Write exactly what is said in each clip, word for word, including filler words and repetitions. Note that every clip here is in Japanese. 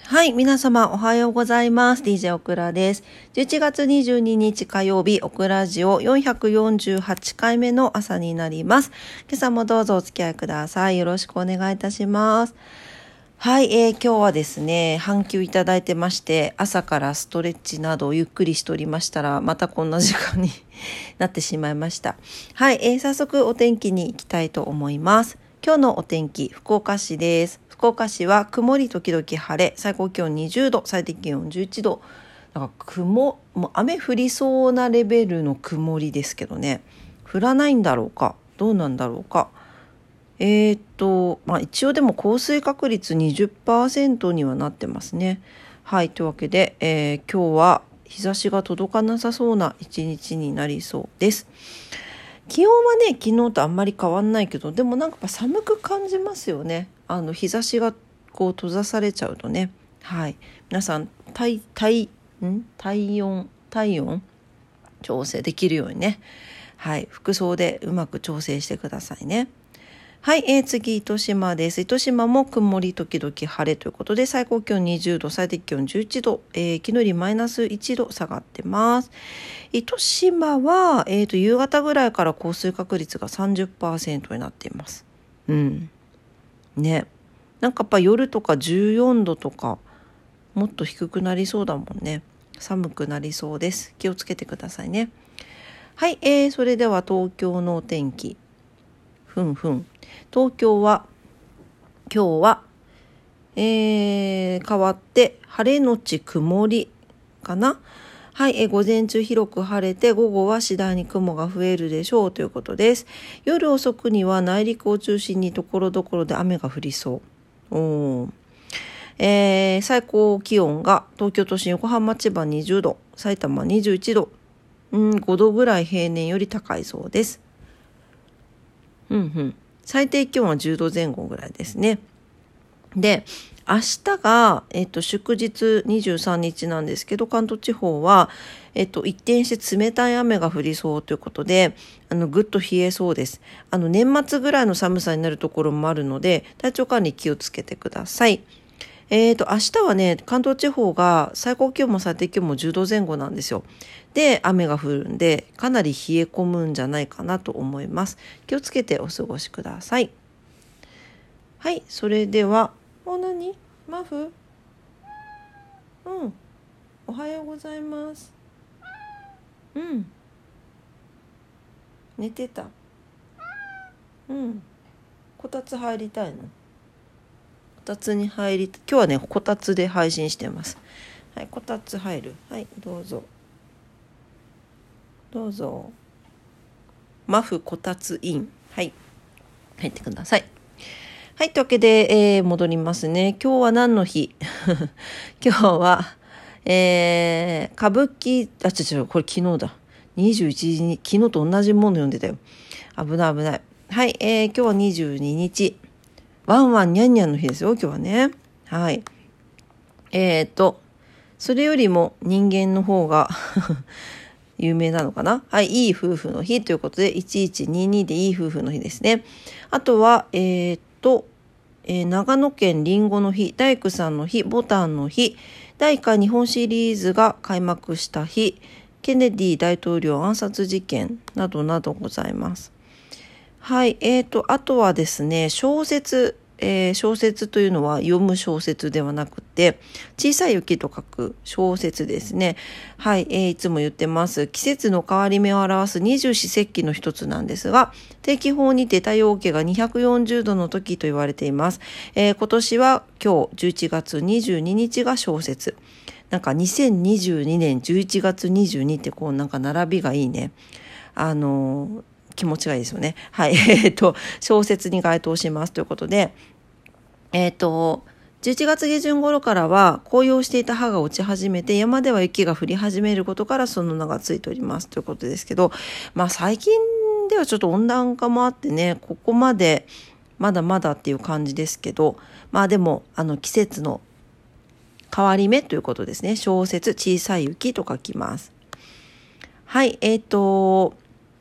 はい、皆様おはようございます。ディージェー オクラです。じゅういちがつにじゅうににち火曜日、オクラジオよんひゃくよんじゅうはちかいめの朝になります。今朝もどうぞお付き合いください。よろしくお願いいたします。はい、えー、今日はですね、半休いただいてまして、朝からストレッチなどをゆっくりしておりましたら、またこんな時間になってしまいました。はい、えー、早速お天気に行きたいと思います。今日のお天気、福岡市です。福岡市は曇り時々晴れ、最高気温にじゅうど、最低気温じゅういちど。なんか雲、もう雨降りそうなレベルの曇りですけどね。降らないんだろうか、どうなんだろうか。えーっと、まあ一応でも降水確率 にじゅっパーセント にはなってますね。はい、というわけで、えー今日は日差しが届かなさそうな一日になりそうです。気温はね、昨日とあんまり変わんないけど、でもなんか寒く感じますよね。あの日差しがこう閉ざされちゃうとね。はい。皆さん、体、体、ん体温、体温調整できるようにね。はい。服装でうまく調整してくださいね。はい、えー、次、糸島です。糸島も曇り時々晴れということで、最高気温にじゅうど、最低気温じゅういちど、えー、昨日よりマイナスいちど下がってます。糸島は、えーと、夕方ぐらいから降水確率が さんじゅっパーセント になっています。うん。ね。なんかやっぱ夜とかじゅうよんどとか、もっと低くなりそうだもんね。寒くなりそうです。気をつけてくださいね。はい、えー、それでは東京のお天気。ふんふん。東京は今日は、えー、変わって晴れのち曇りかな。はい、え午前中広く晴れて午後は次第に雲が増えるでしょうということです。夜遅くには内陸を中心にところどころで雨が降りそう。おー、えー、最高気温が東京都心、横浜、千葉にじゅうど、埼玉にじゅういちど、うん、ごどぐらい平年より高いそうです。うんうん。最低気温はじゅうどぜん後ぐらいですね。で、明日が、えっと、祝日にじゅうさんにちなんですけど、関東地方は、えっと、一転して冷たい雨が降りそうということで、あの、ぐっと冷えそうです。あの、年末ぐらいの寒さになるところもあるので、体調管理気をつけてください。えっと、明日はね、関東地方が最高気温も最低気温もじゅうどぜん後なんですよ。で、雨が降るんで、かなり冷え込むんじゃないかなと思います。気をつけてお過ごしください。はい、それでは、お、なに？マフ？うん。おはようございます。うん。寝てた。うん。こたつ入りたいの？こたつに入り、今日はね、こたつで配信してます。はい、こたつ入る。はい、どうぞ。どうぞ。マフこたつイン。はい。入ってください。はい、というわけで、えー、戻りますね。今日は何の日？今日は、えー、歌舞伎、あ、ちょちょ、これ昨日だ。にじゅういちじに、昨日と同じもの読んでたよ。危ない危ない。はい、えー、今日はにじゅうににち。ワンワンニャンニャンの日ですよ、今日はね。はい。えーと、それよりも人間の方が有名なのかな。はい、いい夫婦の日ということで、いちいちににでいい夫婦の日ですね。あとは、えーと、えー、長野県りんごの日、大工さんの日、ボタンの日、だいいっかい日本シリーズが開幕した日、ケネディ大統領暗殺事件などなどございます。はい、えーと、あとはですね、小説、えー、小説というのは読む小説ではなくて、小さい雪と書く小説ですね。はい、えー、いつも言ってます。季節の変わり目を表す二十四節気の一つなんですが、天気法にて太陽系がにひゃくよんじゅうどの時と言われています。えー、今年は今日じゅういちがつにじゅうににちが小説。なんかにせんにじゅうにねんじゅういちがつにじゅうにってこうなんか並びがいいね。あのー気持ちがいいですよね。はい。えっと、小説に該当しますということで、えっと、じゅういちがつげじゅん頃からは紅葉していた葉が落ち始めて、山では雪が降り始めることからその名がついておりますということですけど、まあ最近ではちょっと温暖化もあってね、ここまでまだまだっていう感じですけど、まあでも、あの季節の変わり目ということですね。小説、小さい雪と書きます。はい、えっと、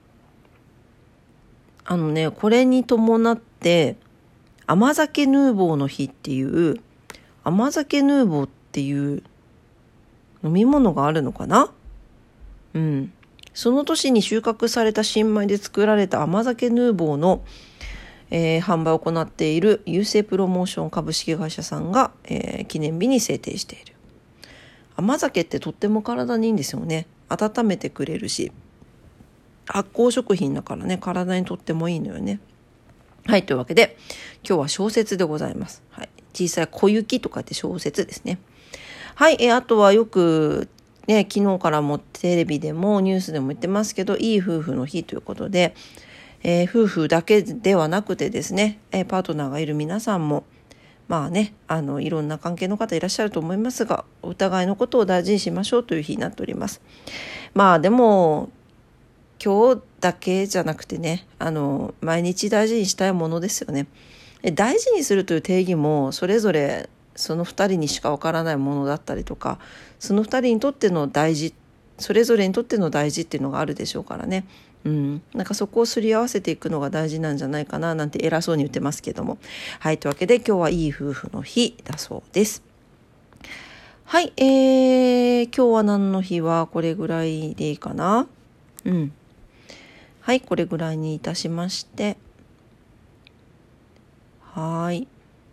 あのね、これに伴って甘酒ヌーボーの日っていう甘酒ヌーボーっていう飲み物があるのかな。うん。その年に収穫された新米で作られた甘酒ヌーボーの、えー、販売を行っている郵政プロモーション株式会社さんが、えー、記念日に制定している。甘酒ってとっても体にいいんですよね。温めてくれるし、発酵食品だからね、体にとってもいいのよね。はい、というわけで今日は小説でございます。はい、小さい小雪とかって小説ですね。はい、えー、あとはよくね、昨日からもテレビでもニュースでも言ってますけど、いい夫婦の日ということで、えー、夫婦だけではなくてですね、えー、パートナーがいる皆さんもまあね、あのいろんな関係の方いらっしゃると思いますが、お互いのことを大事にしましょうという日になっております。まあでも今日だけじゃなくてね、あの毎日大事にしたいものですよね。大事にするという定義もそれぞれそのふたりにしかわからないものだったりとか、そのふたりにとっての大事、それぞれにとっての大事っていうのがあるでしょうからね。うん、なんかそこをすり合わせていくのが大事なんじゃないかななんて偉そうに言ってますけども。はい、というわけで今日はいい夫婦の日だそうです。はい、えー、今日は何の日はこれぐらいでいいかな。うん。はい、これぐらいにいたしまして。はい。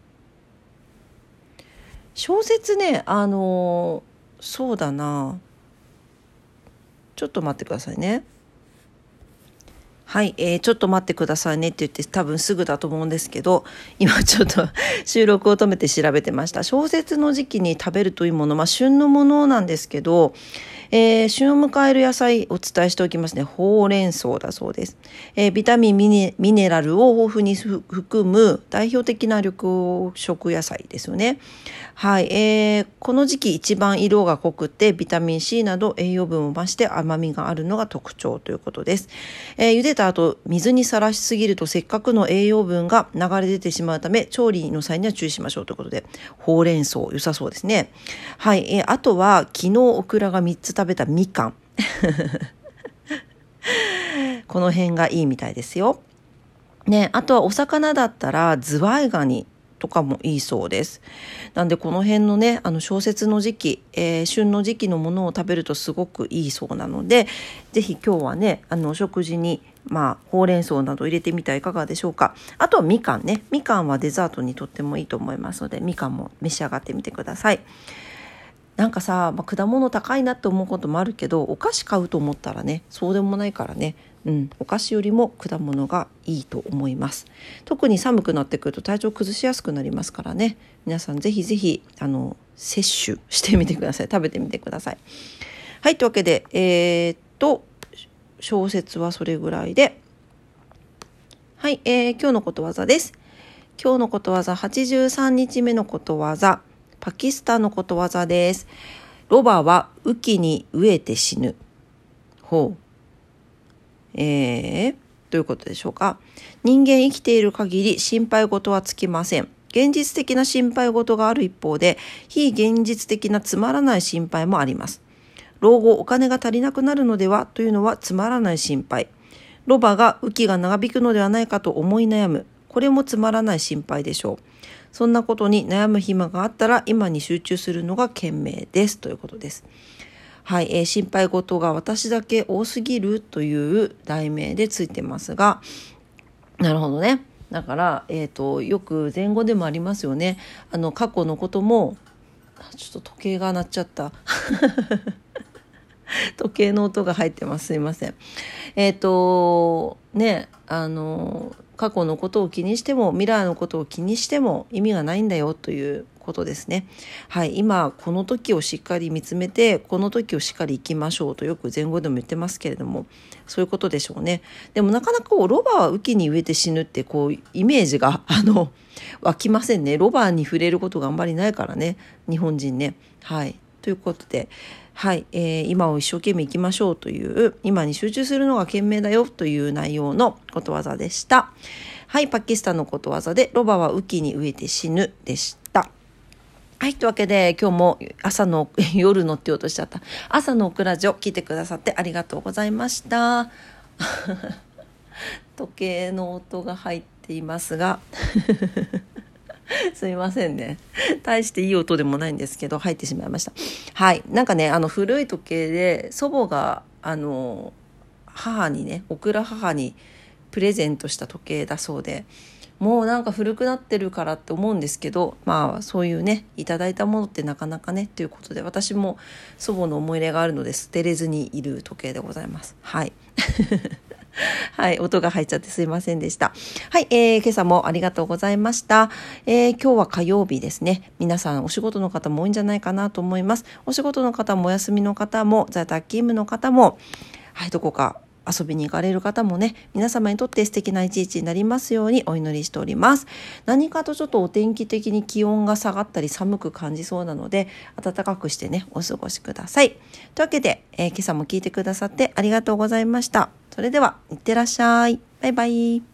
小説ね、あのー、そうだな。ちょっと待ってくださいね。はい、えー、ちょっと待ってくださいねって言って多分すぐだと思うんですけど、今ちょっと収録を止めて調べてました。小説の時期に食べるというもの、まあ旬のものなんですけど、えー、旬を迎える野菜お伝えしておきますね。ほうれん草だそうです。えー、ビタミンミネ、ミネラルを豊富に含む代表的な緑色野菜ですよね。はい、えー、この時期一番色が濃くてビタミン C など栄養分を増して甘みがあるのが特徴ということです。えー、茹でた後水にさらしすぎるとせっかくの栄養分が流れ出てしまうため調理の際には注意しましょうということで、ほうれん草良さそうですね。はい、えー、あとは昨日オクラがみっつ食べたみかんこの辺がいいみたいですよ。ね、あとはお魚だったらズワイガニとかもいいそうです。なんでこの辺のね、あの小説の時期、えー、旬の時期のものを食べるとすごくいいそうなので、ぜひ今日はね、あのお食事にまあほうれん草など入れてみてはいかがでしょうか。あとはみかんね、みかんはデザートにとってもいいと思いますので、みかんも召し上がってみてください。なんかさ、まあ、果物高いなって思うこともあるけど、お菓子買うと思ったらね、そうでもないからね、うん、お菓子よりも果物がいいと思います。特に寒くなってくると体調崩しやすくなりますからね、皆さんぜひぜひあの摂取してみてください。食べてみてください。はい、というわけでえー、っと小説はそれぐらいで、はい、えー、今日のことわざです。今日のことわざはちじゅうさんにちめのことわざ、パキスタンのことわざです。ロバは雨季に飢えて死ぬ。ほう。えー、どういうことでしょうか。人間生きている限り心配事はつきません。現実的な心配事がある一方で、非現実的なつまらない心配もあります。老後お金が足りなくなるのではというのはつまらない心配。ロバが雨季が長引くのではないかと思い悩む。これもつまらない心配でしょう。そんなことに悩む暇があったら今に集中するのが賢明ですということです。はい、えー、心配事が私だけ多すぎるという題名でついてますが、なるほどね。だから、えーと、よく前後でもありますよね。あの過去のことも、ちょっと時計が鳴っちゃった時計の音が入ってます。すいません。えっとね、あの過去のことを気にしても未来のことを気にしても意味がないんだよということですね。はい、今この時をしっかり見つめて、この時をしっかり生きましょうとよく前後でも言ってますけれども、そういうことでしょうね。でもなかなかこうロバは雨季に飢えて死ぬってこうイメージがあの湧きませんね。ロバに触れることがあんまりないからね、日本人ね。はい、ということで、はい、えー、今を一生懸命生きましょうという、今に集中するのが賢明だよという内容のことわざでした。はい、パキスタンのことわざでロバは雨季に飢えて死ぬでした。はい、というわけで今日も朝の夜のって言おうとしちゃった朝のオクラジオ聞いてくださってありがとうございました時計の音が入っていますがすいませんね。大していい音でもないんですけど、入ってしまいました。はい。なんかね、あの古い時計で祖母が、あの、母にね、オクラ母にプレゼントした時計だそうで、もうなんか古くなってるからって思うんですけど、まあそういうね、いただいたものってなかなかね、ということで、私も祖母の思い入れがあるので捨てれずにいる時計でございます。はい。はい、音が入っちゃってすいませんでした。はい、えー、今朝もありがとうございました。えー、今日は火曜日ですね。皆さんお仕事の方も多いんじゃないかなと思います。お仕事の方もお休みの方も在宅勤務の方も、はい、どこか遊びに行かれる方もね、皆様にとって素敵な一日になりますようにお祈りしております。何かとちょっとお天気的に気温が下がったり寒く感じそうなので、暖かくしてね、お過ごしください。というわけで、えー、今朝も聞いてくださってありがとうございました。それでは、いってらっしゃい。バイバイ。